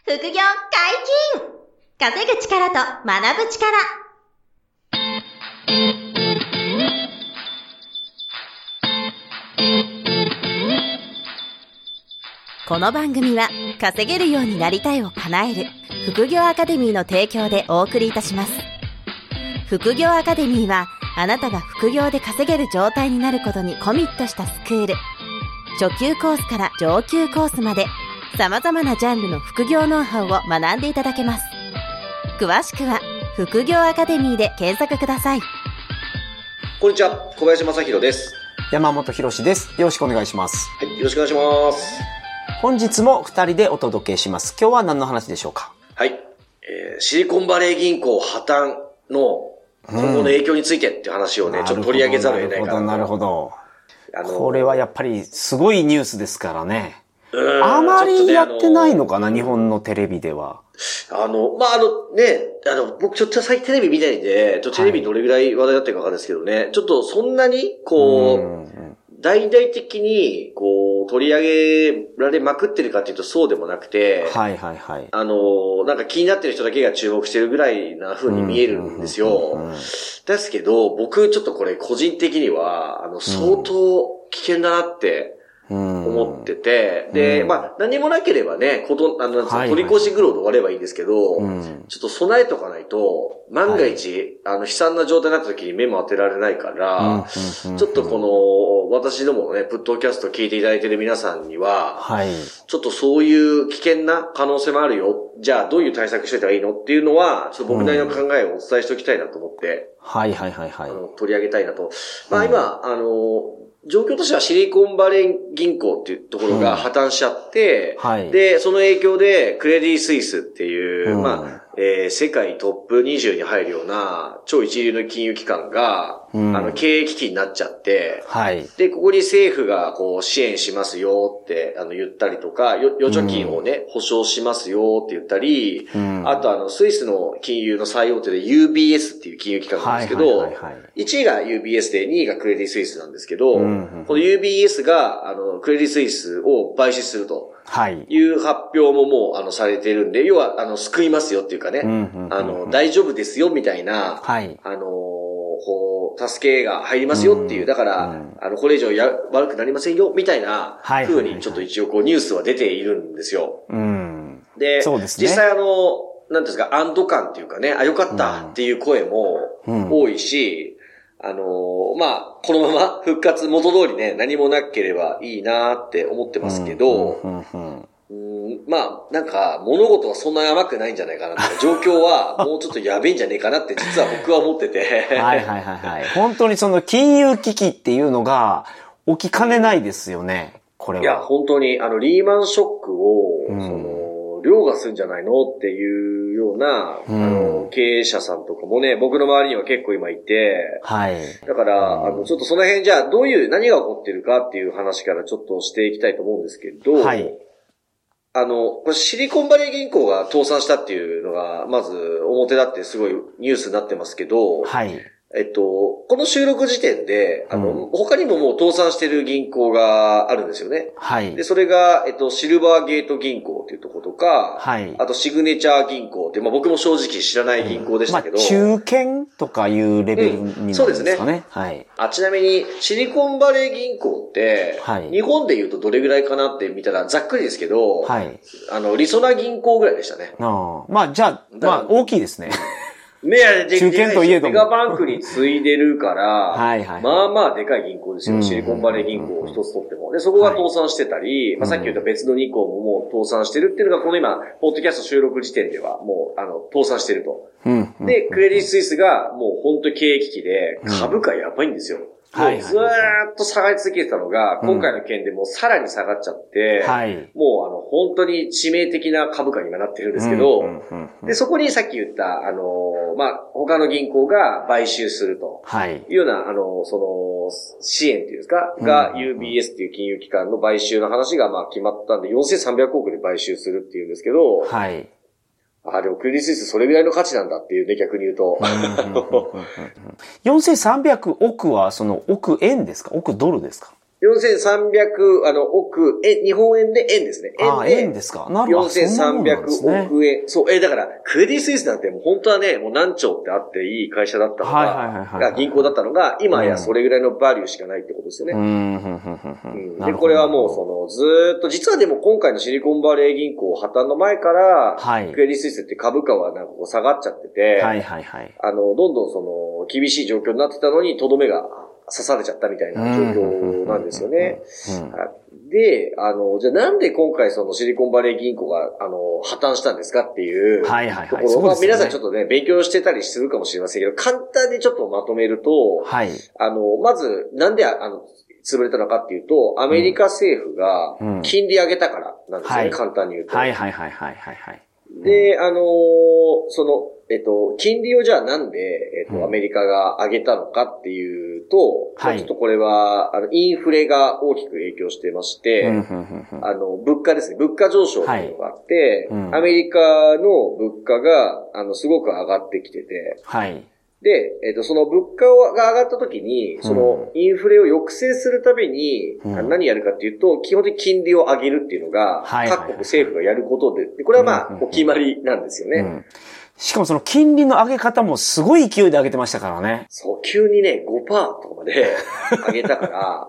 副業解禁！稼ぐ力と学ぶ力。この番組は稼げるようになりたいを叶える副業アカデミーの提供でお送りいたします。副業アカデミーはあなたが副業で稼げる状態になることにコミットしたスクール。初級コースから上級コースまで様々なジャンルの副業ノウハウを学んでいただけます。詳しくは副業アカデミーで検索ください。 こんにちは、小林正弘です。 山本博です。よろしくお願いします。 はい、よろしくお願いします。 本日も2人でお届けします。今日は何の話でしょうか？ はい、シリコンバレー銀行破綻の今後の影響についてっていう話をね、ちょっと取り上げざるを得ないかな。 なるほど。これはやっぱりすごいニュースですからね。あまりやってないのかな、日本のテレビでは。 僕ちょっと最近テレビ見ないんで、テレビどれぐらい話題だったかわかんないですけどね、ちょっとそんなに、大々的に、取り上げられまくってるかっていうとそうでもなくて、 はいはいはい。 なんか気になってる人だけが注目してるぐらいな風に見えるんですよ。ですけど、僕ちょっとこれ個人的には、相当危険だなって、思ってて、で、何もなければね、取り越し苦労で終わればいいんですけど、ちょっと備えとかないと、万が一、悲惨な状態になった時に目も当てられないから、ちょっと私どものね、ポッドキャスト聞いていただいている皆さんには、ちょっとそういう危険な可能性もあるよ。じゃあ、どういう対策しといたらいいのっていうのは、ちょっと僕なりの考えをお伝えしておきたいなと思って、取り上げたいなと。今、状況としてはシリコンバレー銀行っていうところが破綻しちゃって、で、その影響でクレディ・スイスっていう、世界トップ20に入るような超一流の金融機関が、経営危機になっちゃって、で、ここに政府が支援しますよって言ったりとか、預貯金をね、保証しますよって言ったり、あとスイスの金融の最大手で UBS っていう金融機関なんですけど、1位が UBS で2位がクレディ・スイスなんですけど、この UBS がクレディ・スイスを買収すると。いう発表ももうされているんで、要は救いますよっていうかね、大丈夫ですよみたいな、助けが入りますよっていう、だから、これ以上悪くなりませんよみたいな風にちょっと一応ニュースは出ているんですよ。で、実際なんていうんですか、安堵感っていうかね、よかったっていう声も多いし、このまま復活元通りね、何もなければいいなーって思ってますけど、なんか、物事はそんな甘くないんじゃないかなとか、状況はもうちょっとやべえんじゃねえかなって実は僕は思ってて。 本当にその金融危機っていうのが起きかねないですよね、これは。 いや、本当に、リーマンショックを、凌駕するんじゃないのっていうような、経営者さんとかもね、僕の周りには結構今いて、だから、ちょっとその辺じゃあ何が起こってるかっていう話からちょっとしていきたいと思うんですけど、これシリコンバレー銀行が倒産したっていうのが、まず表立ってすごいニュースになってますけど、この収録時点で、他にももう倒産してる銀行があるんですよね。で、それが、シルバーゲート銀行っていうところとか、あとシグネチャー銀行って、僕も正直知らない銀行でしたけど。 中堅とかいうレベルになるんですかね。 そうですね。ちなみに、シリコンバレー銀行って、日本で言うとどれぐらいかなって見たら、ざっくりですけど、りそな銀行ぐらいでしたね。 じゃあ、大きいですね。 中堅といえども。メガバンクに次いでるから、まあまあでかい銀行ですよ。シリコンバレー銀行を一つ取っても。で、そこが倒産してたり、さっき言った別の2行ももう倒産してるっていうのが、この今、ポッドキャスト収録時点ではもう、倒産してると。で、クレディ・スイスがもう本当に経営危機で、株価やばいんですよ。ずーっと下がり続けてたのが、今回の件でもうさらに下がっちゃって、もう本当に致命的な株価に今なってるんですけど、で、そこにさっき言った、他の銀行が買収するというような、支援っていうんですか、が UBS っていう金融機関の買収の話が決まったんで、4300億で買収するっていうんですけど、でもクレディ・スイスそれぐらいの価値なんだっていうね、逆に言うと。 4300億は億円ですか？億ドルですか？ 4300億円、日本円で円ですね。 円ですか。なるほど。 4300億円。そう、だから、クレディスイスなんてもう本当はね、もう何兆ってあっていい会社だったのが、銀行だったのが、今やそれぐらいのバリューしかないってことですよね。で、これはもうずーっと、実はでも今回のシリコンバレー銀行破綻の前から、クレディスイスって株価はなんかこう下がっちゃってて、どんどん厳しい状況になってたのに、とどめが刺されちゃったみたいな状況なんですよね。で、じゃあなんで今回そのシリコンバレー銀行が、破綻したんですかっていうところ、まあ皆さんちょっとね、勉強してたりするかもしれませんけど、簡単にちょっとまとめると、まず、なんで、潰れたのかっていうと、アメリカ政府が金利上げたからなんですよね、簡単に言うと。で、金利をじゃあなんで、アメリカが上げたのかっていうと、ちょっとこれは、インフレが大きく影響してまして、物価ですね、物価上昇っていうのがあって、アメリカの物価が、すごく上がってきてて、で、その物価が上がった時に、そのインフレを抑制するために、何やるかっていうと、基本的に金利を上げるっていうのが、各国政府がやることで、これはまあ、お決まりなんですよね。 しかもその金利の上げ方もすごい勢いで上げてましたからね。 そう、急にね、5% とかまで上げたから、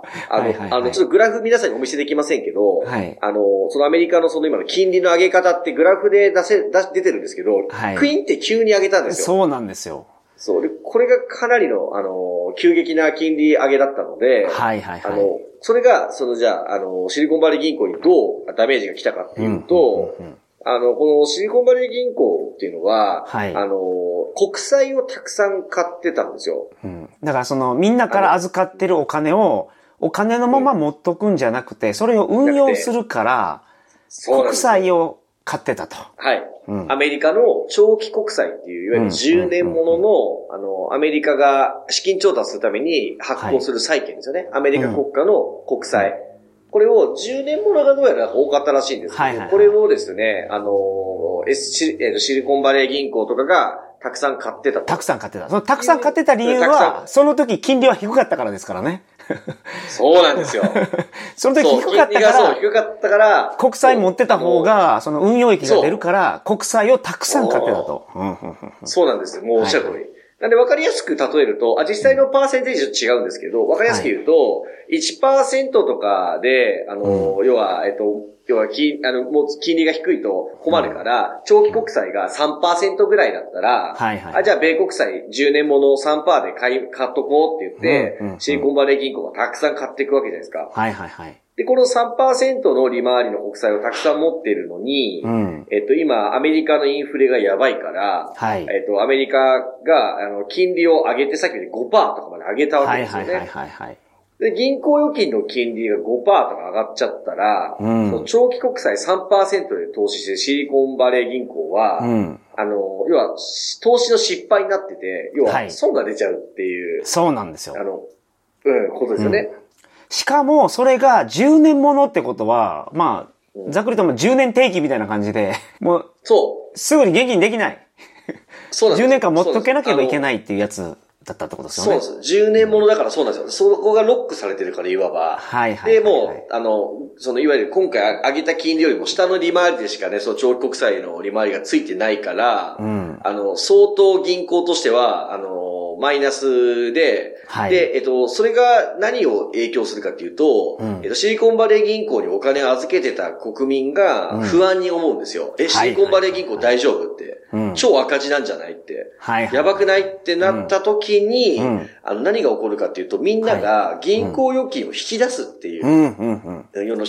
ちょっとグラフ皆さんにお見せできませんけど、そのアメリカのその今の金利の上げ方ってグラフで出てるんですけど、クイーンって急に上げたんですよ。 そうなんですよ。 そう。で、これがかなりの、急激な金利上げだったので、それが、じゃあ、シリコンバレー銀行にどうダメージが来たかっていうと、このシリコンバレー銀行っていうのは、国債をたくさん買ってたんですよ。 だからみんなから預かってるお金を、お金のまま持っとくんじゃなくて、それを運用するから、国債を買ってたと。 アメリカの長期国債っていう、いわゆる10年ものの、アメリカが資金調達するために発行する債券ですよね。アメリカ国家の国債。これを10年ものがどうやら多かったらしいんですけど、これをですね、シリコンバレー銀行とかがたくさん買ってたと。 たくさん買ってた。そのたくさん買ってた理由は、その時金利は低かったからですからね。 そうなんですよ。 その時低かったから、 そう、低かったから、 国債持ってた方が、その運用益が出るから、国債をたくさん買ってたと。 そうなんですよ。もうおっしゃる通り。なんで分かりやすく例えると、実際のパーセンテージと違うんですけど、分かりやすく言うと、1% とかで、要は、もう金利が低いと困るから、長期国債が 3% ぐらいだったら、じゃあ米国債10年もの 3% で買っとこうって言って、シリコンバレー銀行がたくさん買っていくわけじゃないですか。で、この 3% の利回りの国債をたくさん持っているのに、今、アメリカのインフレがやばいから、アメリカが、金利を上げて、さっき言った 5% とかまで上げたわけですよね。で、銀行預金の金利が 5% とか上がっちゃったら、その長期国債 3% で投資してシリコンバレー銀行は、要は、投資の失敗になってて、要は、損が出ちゃうっていう。 そうなんですよ。 ことですよね。 しかも、それが10年ものってことは、まあ、ざっくりとも10年定期みたいな感じで、もう、すぐに現金できない。10年間持っとけなければいけないっていうやつだったってことですよね。 そうです。10年ものだからそうなんですよ。そこがロックされてるから、いわば。で、もう、いわゆる今回上げた金利よりも下の利回りでしかね、その長期国債の利回りがついてないから、相当銀行としては、マイナスで、で、それが何を影響するかっていうと、シリコンバレー銀行にお金を預けてた国民が不安に思うんですよ。シリコンバレー銀行大丈夫って。超赤字なんじゃないって。やばくないってなった時に、何が起こるかっていうと、みんなが銀行預金を引き出すっていう、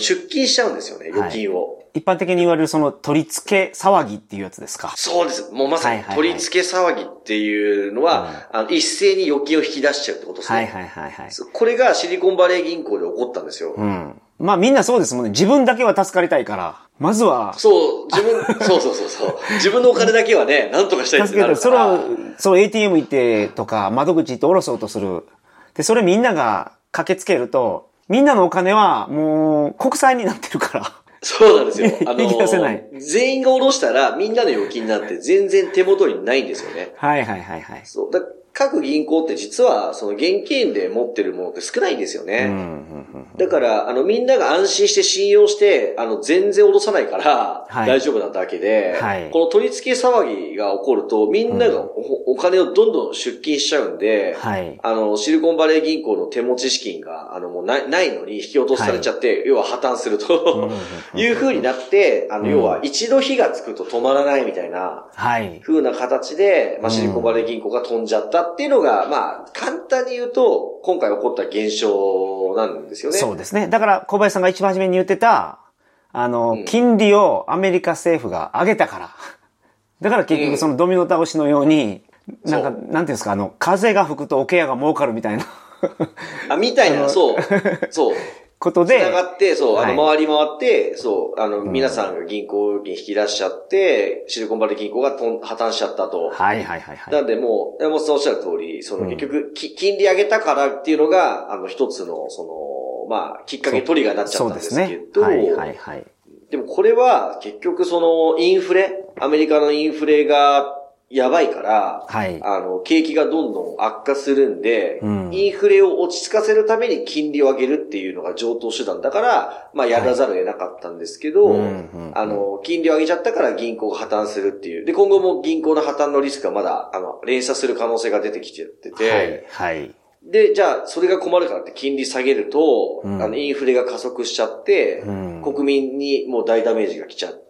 出金しちゃうんですよね、預金を。 一般的に言われるその取り付け騒ぎっていうやつですか。 そうです。もうまさに取り付け騒ぎっていうのは、一斉に預金を引き出しちゃうってことですね。これがシリコンバレー銀行で起こったんですよ。 まあみんなそうですもんね。自分だけは助かりたいから。まずは。 そう。自分のお金だけはね、なんとかしたいってなるから。 そう ATM 行ってとか、窓口行って下ろそうとする。で、それみんなが駆けつけると、みんなのお金はもう国債になってるから。 そうなんですよ。 引き出せない。 全員が下ろしたら、みんなの預金なんて全然手元にないんですよね。 はい。 そう。だ各銀行って実はその現金で持ってるものって少ないんですよね。だから、みんなが安心して信用して、全然脅さないから大丈夫なだけで、はい、この取り付け騒ぎが起こると、みんながお金をどんどん出金しちゃうんで、はい、シリコンバレー銀行の手持ち資金が、もうないのに引き落とされちゃって、はい、要は破綻するという風になって、要は一度火がつくと止まらないみたいな、風な形で、シリコンバレー銀行が飛んじゃったっていうのが、簡単に言うと、今回起こった現象なんですよね。 そうですね。だから、小林さんが一番初めに言ってた、金利をアメリカ政府が上げたから。だから結局そのドミノ倒しのように、なんていうんですか、風が吹くと桶屋が儲かるみたいな。 みたいな、そう。 ことで。 繋がって、回り回って、皆さんが銀行に引き出しちゃって、シリコンバレー銀行が破綻しちゃったと。なんでもう、山本さんおっしゃる通り、結局、金利上げたからっていうのが、一つの、きっかけトリガーになっちゃったんですけど、でもこれは結局インフレ、アメリカのインフレがやばいから、景気がどんどん悪化するんで、インフレを落ち着かせるために金利を上げるっていうのが常套手段だから、やらざるを得なかったんですけど、金利を上げちゃったから銀行が破綻するっていう。で、今後も銀行の破綻のリスクがまだ、連鎖する可能性が出てきてて、で、じゃあ、それが困るからって金利下げると、インフレが加速しちゃって、国民にもう大ダメージが来ちゃって、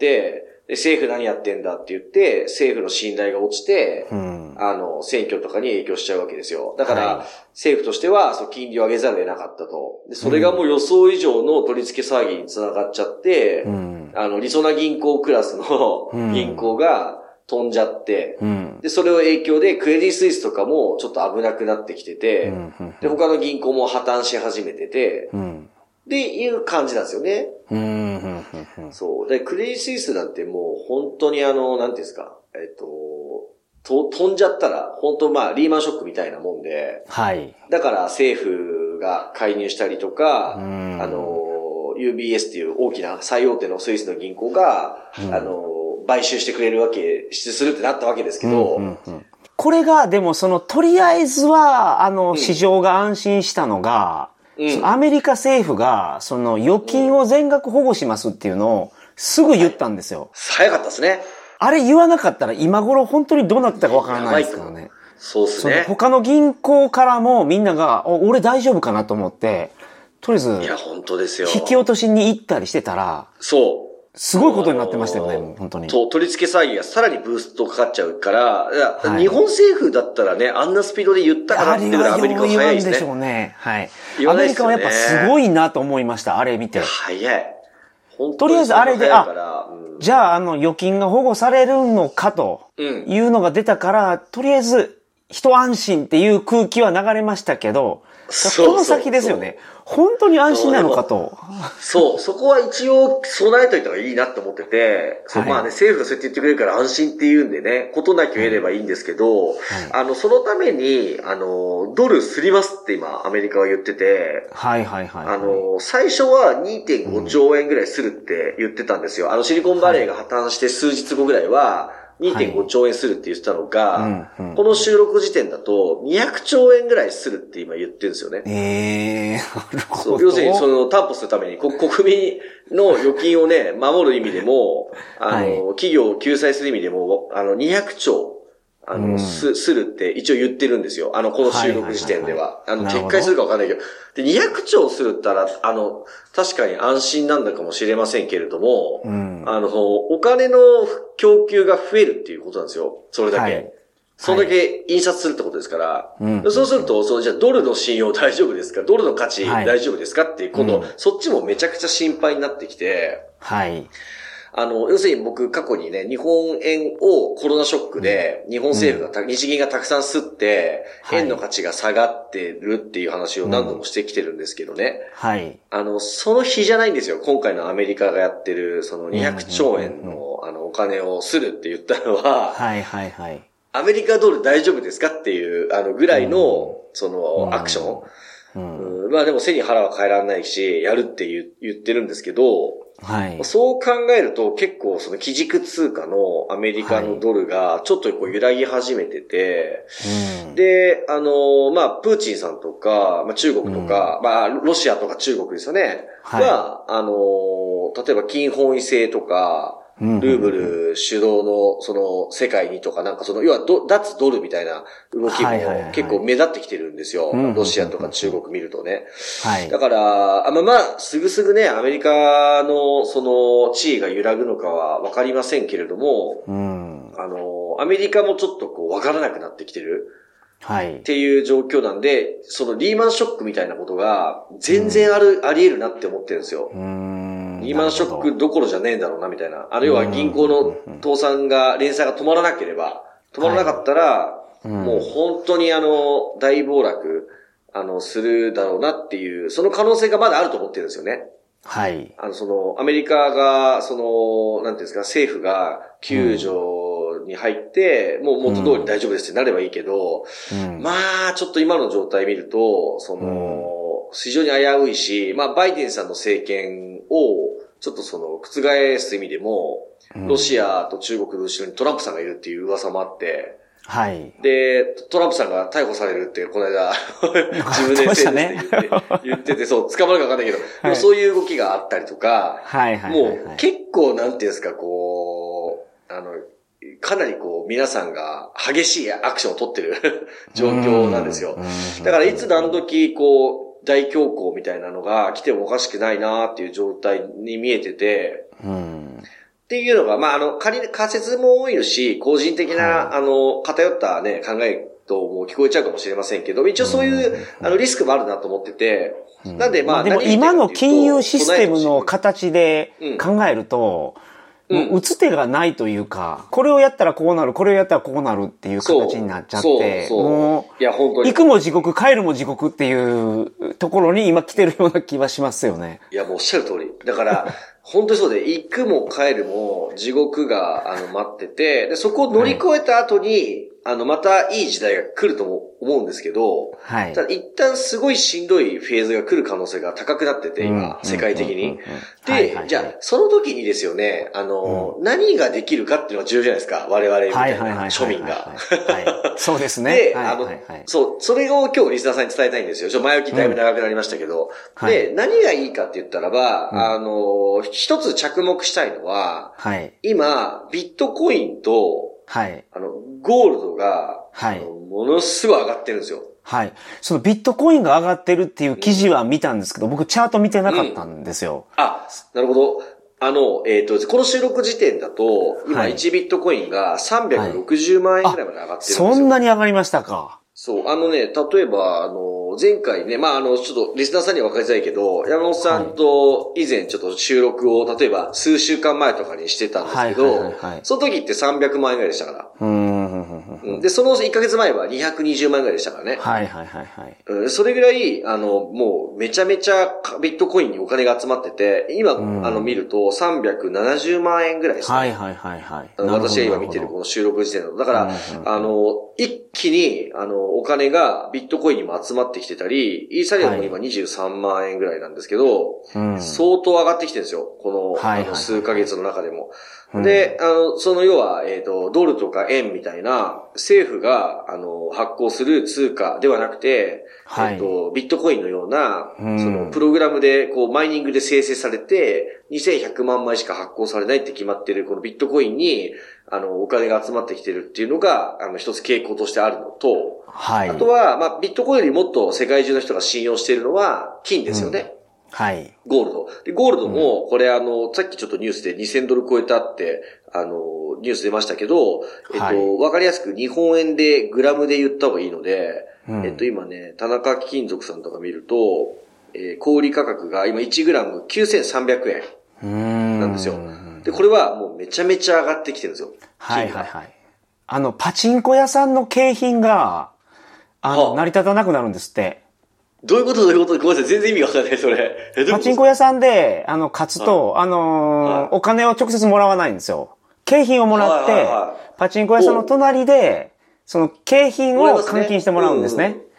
で政府何やってんだって言って、政府の信頼が落ちて、選挙とかに影響しちゃうわけですよ。だから、政府としては、金利を上げざるを得なかったと。で、それがもう予想以上の取り付け騒ぎにつながっちゃって、りそな銀行クラスの銀行が飛んじゃって、で、それを影響でクレディスイスとかもちょっと危なくなってきてて、で、他の銀行も破綻し始めてて、っていう感じなんですよね。そう。で、クレディスイスなんてもう本当になんていうんですか、飛んじゃったら、本当リーマンショックみたいなもんで、だから政府が介入したりとか、UBS っていう大きな最大手のスイスの銀行が、買収してくれるわけ、するってなったわけですけど、 これが、でもとりあえずは、市場が安心したのが、アメリカ政府が、預金を全額保護しますっていうのを、すぐ言ったんですよ。 早かったですね。 あれ言わなかったら今頃本当にどうなってたかわからないですからね。 そうですね。 他の銀行からもみんなが、俺大丈夫かなと思って、とりあえず、 いや、本当ですよ。 引き落としに行ったりしてたら、すごいことになってましたよね、本当に。 そう、取り付け騒ぎがさらにブーストかかっちゃうから、日本政府だったらね、あんなスピードで言ったからっていうのがアメリカは早いですね。 でしょうね。アメリカはやっぱすごいなと思いました、あれ見て。 早い。 とりあえずあれで、じゃあ預金が保護されるのかというのが出たから、とりあえず一安心っていう空気は流れましたけど、この先ですよね。本当に安心なのかと。 そこは一応備えといた方がいいなって思ってて、政府がそうやって言ってくれるから安心って言うんでね、ことなきを得ればいいんですけど、そのために、ドルすりますって今、アメリカは言ってて、最初は 2.5 兆円ぐらいするって言ってたんですよ。シリコンバレーが破綻して数日後ぐらいは、2.5 兆円するって言ってたのが、この収録時点だと200兆円ぐらいするって今言ってるんですよね。 なるほど。 要するに担保するために国民の預金をね、守る意味でも、企業を救済する意味でも、200兆、するって一応言ってるんですよ。この収録時点では。撤回するかわかんないけど。で、200兆するったら、確かに安心なんだかもしれませんけれども、お金の供給が増えるっていうことなんですよ。それだけ。それだけ印刷するってことですから。そうすると、じゃあドルの信用大丈夫ですか？ドルの価値大丈夫ですかっていう、今度、そっちもめちゃくちゃ心配になってきて、要するに僕過去にね、日本円をコロナショックで、日本政府が、日銀がたくさん吸って、円の価値が下がってるっていう話を何度もしてきてるんですけどね。その日じゃないんですよ。今回のアメリカがやってる、200兆円の、お金をするって言ったのは、アメリカドル大丈夫ですかっていう、ぐらいの、アクション。 まあでも背に腹は変えられないし、やるって言ってるんですけど、 はい。 そう考えると結構その基軸通貨のアメリカのドルがちょっとこう揺らぎ始めてて、で、まあ、プーチンさんとか、まあ中国とか、まあ、ロシアとか中国ですよね。はい。例えば金本位制とか、ルーブル主導のその世界にとかなんかその要は脱ドルみたいな動きも結構目立ってきてるんですよ。ロシアとか中国見るとね。はい。だから、まあ、すぐすぐね、アメリカのその地位が揺らぐのかはわかりませんけれども、アメリカもちょっとこうわからなくなってきてる。はい。っていう状況なんで、そのリーマンショックみたいなことが全然あり得るなって思ってるんですよ。リーマンショックどころじゃねえんだろうなみたいな。あるいは銀行の倒産連鎖が止まらなければ、止まらなかったら、もう本当に大暴落、するだろうなっていう、その可能性がまだあると思ってるんですよね。はい。アメリカが、なんていうんですか、政府が救助に入って、もう元通り大丈夫ですってなればいいけど、まあ、ちょっと今の状態見ると、非常に危ういし、まあ、バイデンさんの政権を、ちょっと覆す意味でも、ロシアと中国の後ろにトランプさんがいるっていう噂もあって、はい。で、トランプさんが逮捕されるって、この間、自分で言ってて、そう、捕まるかわかんないけど、はい、そういう動きがあったりとか、はいはいはいはい、もう結構なんていうんですか、こう、かなりこう、皆さんが激しいアクションを取ってる状況なんですよ。だからいつ何時、こう、大恐慌みたいなのが来てもおかしくないなっていう状態に見えてて、っていうのが、まあ、仮説も多いし、個人的な、偏ったね、考えとも聞こえちゃうかもしれませんけど、一応そういう、リスクもあるなと思ってて、なんでまあ、 でも今の金融システムの形で考えると、打つ手がないというか、これをやったらこうなる、これをやったらこうなるっていう形になっちゃって、もう、いや本当に行くも地獄、帰るも地獄っていうところに今来てるような気はしますよね。 いや、もうおっしゃる通り。だから、本当にそうで、行くも帰るも地獄が、待ってて、で、そこを乗り越えた後に、またいい時代が来ると思うんですけど、はい。ただ一旦すごいしんどいフェーズが来る可能性が高くなってて、今、世界的に。で、じゃあ、その時にですよね、何ができるかっていうのが重要じゃないですか、我々みたいな庶民が。 はい。そうですね。 で、そう、それを今日リスナーさんに伝えたいんですよ。前置きだいぶ長くなりましたけど。で、何がいいかって言ったらば、一つ着目したいのは、はい。今、ビットコインと、はい。ゴールドが、はい。ものすごい上がってるんですよ。 はい。そのビットコインが上がってるっていう記事は見たんですけど、僕チャート見てなかったんですよ。 あ、なるほど。この収録時点だと、今1ビットコインが360万円くらいまで上がってるんですよ。 そんなに上がりましたか。 そう、例えば、前回ね、まあ、ちょっと、リスナーさんには分かりづらいけど、山本さんと以前ちょっと収録を、例えば、数週間前とかにしてたんですけど、その時って300万円ぐらいでしたから。で、その1ヶ月前は220万円ぐらいでしたからね。はいはいはいはい。それぐらい、もう、めちゃめちゃビットコインにお金が集まってて、今、見ると370万円ぐらいですね。はいはいはいはい。私が今見てるこの収録時点だと。だから、一気に、お金がビットコインにも集まってきてたり、イーサリアムも今23万円ぐらいなんですけど、相当上がってきてるんですよ。この、数ヶ月の中でも。で、その要は、ドルとか円みたいな、政府が、発行する通貨ではなくて、ビットコインのような、その、プログラムで、こう、マイニングで生成されて、2100万枚しか発行されないって決まってる、このビットコインに、お金が集まってきてるっていうのが、一つ傾向としてあるのと、はい。あとは、まあ、ビットコインよりもっと世界中の人が信用しているのは、金ですよね。はい。ゴールド。で、ゴールドも、これさっきちょっとニュースで2000ドル超えたって、ニュース出ましたけど、わかりやすく日本円でグラムで言った方がいいので、今ね、田中貴金属さんとか見ると、小売価格が今1グラム9300円なんですよ。で、これはもうめちゃめちゃ上がってきてるんですよ。 はいはいはい。パチンコ屋さんの景品が、成り立たなくなるんですって。 どういうことごめんなさい。全然意味わかんない、それ。 パチンコ屋さんで、勝つと、お金を直接もらわないんですよ。景品をもらって、パチンコ屋さんの隣で、その景品を換金してもらうんですね。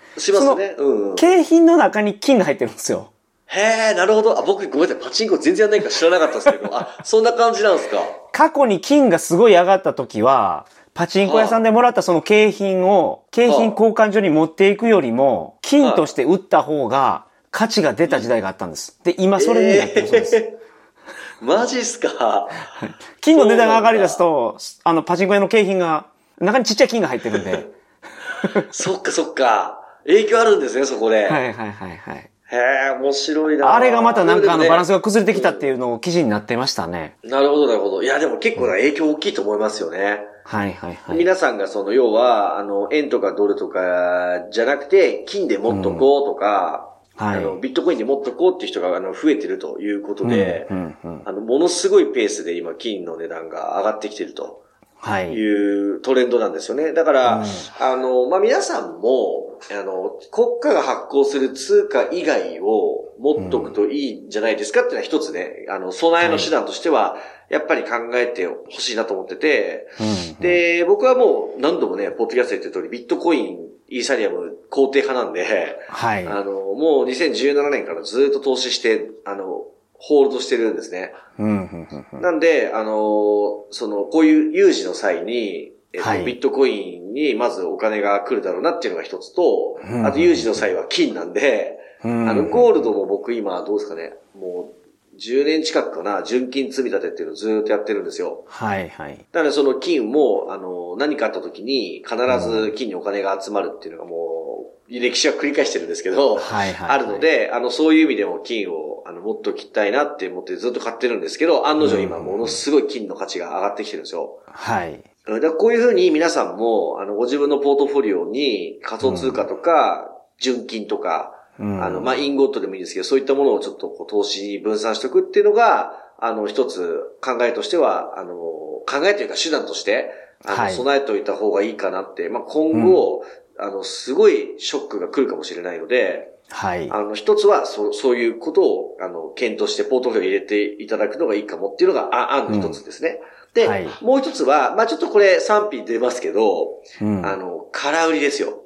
しますね。 景品の中に金が入ってるんですよ。 へー、なるほど。僕ごめんなさい。パチンコ全然やんないから知らなかったですけど。そんな感じなんですか。 過去に金がすごい上がった時は、パチンコ屋さんでもらったその景品を、景品交換所に持っていくよりも、金として売った方が価値が出た時代があったんです。で、今それになってるそうです。 マジっすか。 金の値段が上がり出すと、パチンコ屋の景品が、中にちっちゃい金が入ってるんで。 そっかそっか。影響あるんですね、そこで。 はい。 へえ、面白いな。 あれがまたなんかバランスが崩れてきたっていうのを記事になってましたね。 なるほど。いや、でも結構な影響大きいと思いますよね。 はい。 皆さんが要は、円とかドルとかじゃなくて、金で持っとこうとか、ビットコインで持っとこうっていう人が増えてるということで、ものすごいペースで今金の値段が上がってきてると。いうトレンドなんですよね。だから、皆さんも、国家が発行する通貨以外を持っとくといいんじゃないですかっていうのは一つね、備えの手段としては、やっぱり考えてほしいなと思ってて、で、僕はもう何度もね、ポッドキャストで言ってる通り、ビットコイン、イーサリアム肯定派なんで、もう2017年からずっと投資して、ホールドしてるんですね。なんで、こういう有事の際に、ビットコインにまずお金が来るだろうなっていうのが一つと、あと有事の際は金なんで、ゴールドも僕今どうですかね、もう10年近くかな、純金積み立てっていうのをずーっとやってるんですよ。だからその金も、何かあった時に必ず金にお金が集まるっていうのがもう、歴史は繰り返してるんですけど、あるので、そういう意味でも金を持っときたいなって思ってずっと買ってるんですけど、案の定今ものすごい金の価値が上がってきてるんですよ。だからこういうふうに皆さんも、ご自分のポートフォリオに仮想通貨とか、純金とか、インゴットでもいいんですけど、そういったものをちょっと投資に分散しておくっていうのが、一つ考えとしては、考えというか手段として、備えておいた方がいいかなって、今後、すごいショックが来るかもしれないので、一つはそういうことを、検討してポートフォリオに入れていただくのがいいかもっていうのが案の一つですね。で、もう一つは、ちょっとこれ賛否出ますけど、空売りですよ。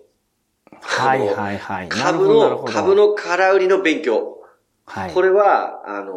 株の空売りの勉強。これは、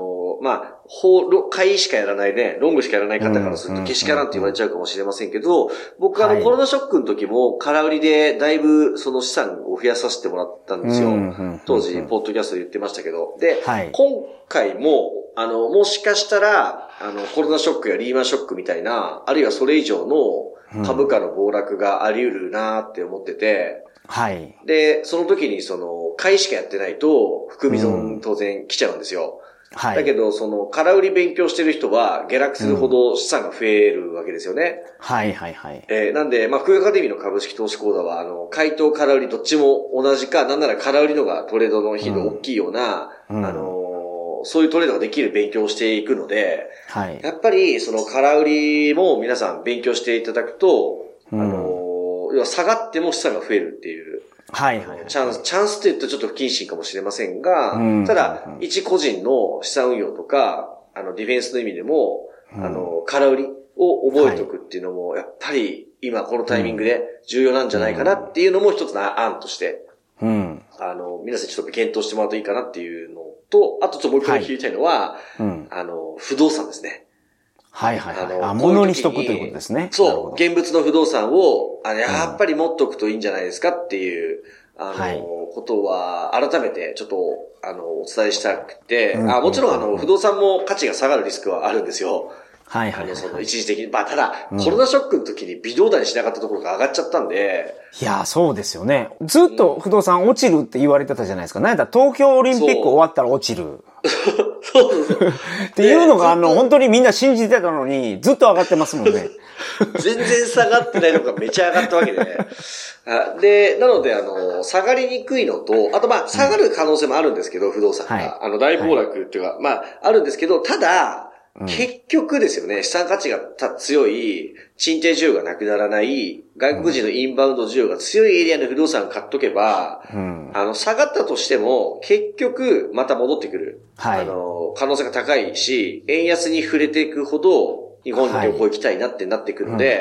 買いしかやらないね、ロングしかやらない方からすると、けしからんって言われちゃうかもしれませんけど、僕コロナショックの時も、空売りでだいぶその資産を増やさせてもらったんですよ。当時、ポッドキャストで言ってましたけど。で、今回も、もしかしたら、コロナショックやリーマンショックみたいな、あるいはそれ以上の株価の暴落があり得るなって思ってて、で、その時に買いしかやってないと、含み損当然来ちゃうんですよ。だけど、空売り勉強してる人は、下落するほど資産が増えるわけですよね。なんで、福井アカデミーの株式投資講座は、買いと空売りどっちも同じか、なんなら空売りのがトレードの頻度大きいような、そういうトレードができる勉強をしていくので、やっぱり、空売りも皆さん勉強していただくと、要は下がっても資産が増えるっていう。チャンスって言うとちょっと不謹慎かもしれませんが、ただ、一個人の資産運用とか、ディフェンスの意味でも、空売りを覚えておくっていうのも、やっぱり今このタイミングで重要なんじゃないかなっていうのも一つの案として、皆さんちょっと検討してもらうといいかなっていうのと、あとちょっともう一回聞きたいのは、不動産ですね。 物にしとくということですね。 そう。現物の不動産を、やっぱり持っとくといいんじゃないですかっていう、ことは、改めてちょっと、お伝えしたくて、もちろん不動産も価値が下がるリスクはあるんですよ。一時的に。ただ、コロナショックの時に微動だにしなかったところが上がっちゃったんで。 いや、そうですよね。ずっと不動産落ちるって言われてたじゃないですか。なんだ、東京オリンピック終わったら落ちる。 そう。 っていうのが、本当にみんな信じてたのに、ずっと上がってますもんね。 全然下がってないのがめちゃ上がったわけで。で、なので、下がりにくいのと、あと下がる可能性もあるんですけど、不動産が。大暴落っていうか、あるんですけど、ただ、結局ですよね、資産価値が強い、賃貸需要がなくならない、外国人のインバウンド需要が強いエリアの不動産を買っとけば、下がったとしても、結局、また戻ってくる。可能性が高いし、円安に触れていくほど、日本に旅行行きたいなってなってくるので、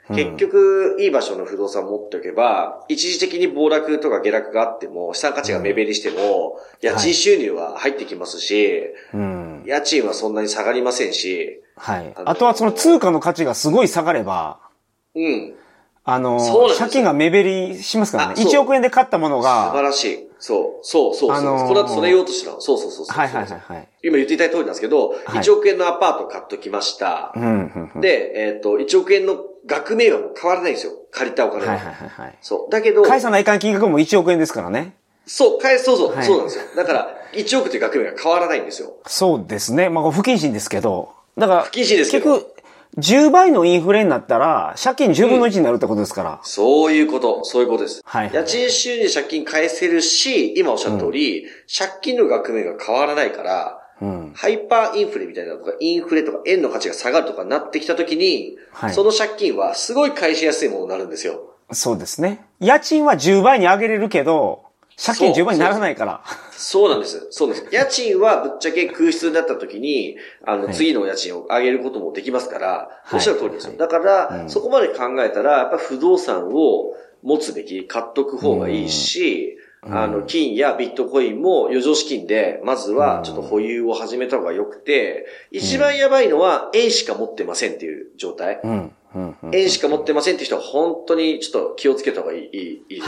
結局、いい場所の不動産持っておけば、一時的に暴落とか下落があっても、資産価値が目減りしても、家賃収入は入ってきますし、家賃はそんなに下がりませんし、 はい。あとはその通貨の価値がすごい下がれば、借金が目減りしますからね。1億円で買ったものが。 素晴らしい。そう。この後それ言おうとしたの。そう。 はい。 今言っていただいた通りなんですけど、1億円のアパート買っときました。で、1億円の額面はもう変わらないんですよ。借りたお金は。そう。だけど。 返さないかん金額も1億円ですからね。 そうなんですよ。だから、1億という額面が変わらないんですよ。 そうですね。まあ、不謹慎ですけど。だから、 不謹慎ですけど。 結局、10倍のインフレになったら、借金10分の1になるってことですから。 そういうことです。 はい。 家賃収入借金返せるし、今おっしゃった通り、借金の額面が変わらないから、ハイパーインフレみたいなとか、インフレとか円の価値が下がるとかなってきたときに、その借金はすごい返しやすいものになるんですよ。 そうですね。家賃は10倍に上げれるけど、借金10倍にならないから。 そうなんです。家賃はぶっちゃけ空室になった時に、次の家賃を上げることもできますから、おっしゃる通りですよ。だから、そこまで考えたら、やっぱ不動産を持つべき、買っとく方がいいし、金やビットコインも余剰資金で、まずはちょっと保有を始めた方が良くて、一番やばいのは円しか持ってませんっていう状態。円しか持ってませんっていう人は本当にちょっと気をつけた方がいいです。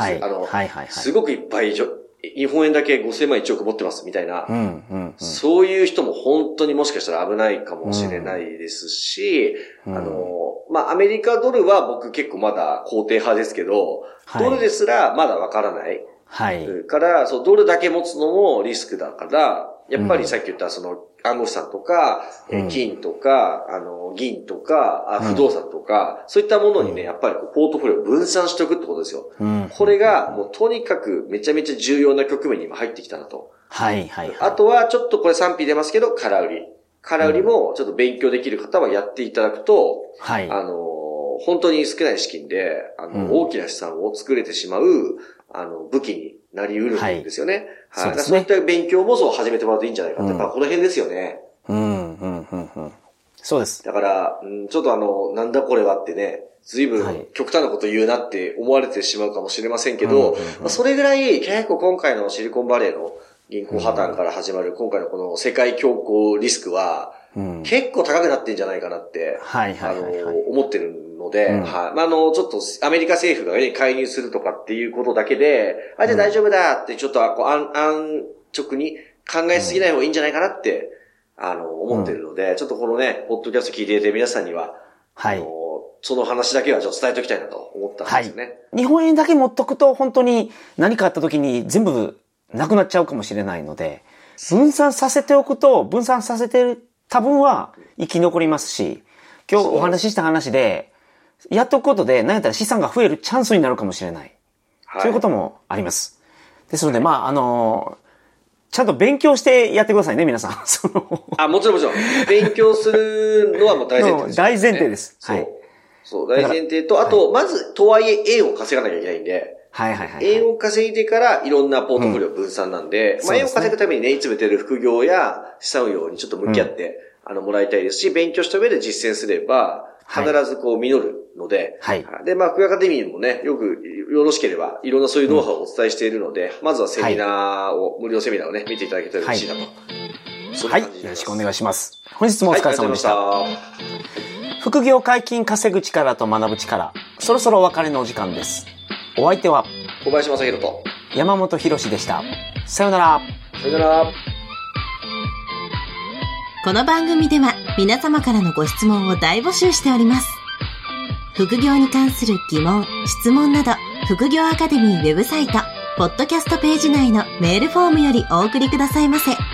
すごくいっぱい日本円だけ5000万1億持ってますみたいな、そういう人も本当にもしかしたら危ないかもしれないですし、アメリカドルは僕結構まだ肯定派ですけど、ドルですらまだわからない。から、ドルだけ持つのもリスクだから、やっぱりさっき言ったその暗号資産とか、金とか、銀とか、不動産とか、そういったものにね、やっぱりポートフォリオを分散しておくってことですよ。これがもうとにかくめちゃめちゃ重要な局面に今入ってきたなと。あとはちょっとこれ賛否出ますけど、空売り。空売りもちょっと勉強できる方はやっていただくと、本当に少ない資金で、大きな資産を作れてしまう、武器になり得るんですよね。そういった勉強も始めてもらうといいんじゃないかって、この辺ですよね。 そうです。 だから、ちょっとなんだこれはってね、随分極端なこと言うなって思われてしまうかもしれませんけど、それぐらい結構今回のシリコンバレーの銀行破綻から始まる今回のこの世界恐慌リスクは、結構高くなってんじゃないかなって、思ってるので、ちょっとアメリカ政府が介入するとかっていうことだけで、じゃあ大丈夫だってちょっと安直に考えすぎない方がいいんじゃないかなって、思ってるので、ちょっとこのね、ポッドキャスト聞いていて皆さんには、その話だけはちょっと伝えておきたいなと思ったんですよね。 日本円だけ持っとくと本当に何かあった時に全部なくなっちゃうかもしれないので、分散させておくと、分散させてる多分は生き残りますし、今日お話しした話で、やっとくことで何やったら資産が増えるチャンスになるかもしれない。そういうこともあります。ですので、ちゃんと勉強してやってくださいね、皆さん。 もちろん。勉強するのはもう大前提です、 大前提です。 そう、大前提と、あと、まず、とはいえ、円を稼がなきゃいけないんで、円を稼いでからいろんなポートフォリオ分散なんで、円を稼ぐためにね、いつも言ってる副業や資産運用にちょっと向き合って、もらいたいですし、勉強した上で実践すれば、必ず実るので、で、福井アカデミーもね、よろしければ、いろんなそういうノウハウをお伝えしているので、まずはセミナーを、無料セミナーをね、見ていただけたら嬉しいなと。 よろしくお願いします。本日もお疲れ様でした。副業解禁稼ぐ力と学ぶ力、そろそろお別れのお時間です。お相手は、 小林正宏と、 山本博史でした。さようなら。 さようなら。 この番組では皆様からのご質問を大募集しております。副業に関する疑問、質問など、副業アカデミーウェブサイト、ポッドキャストページ内のメールフォームよりお送りくださいませ。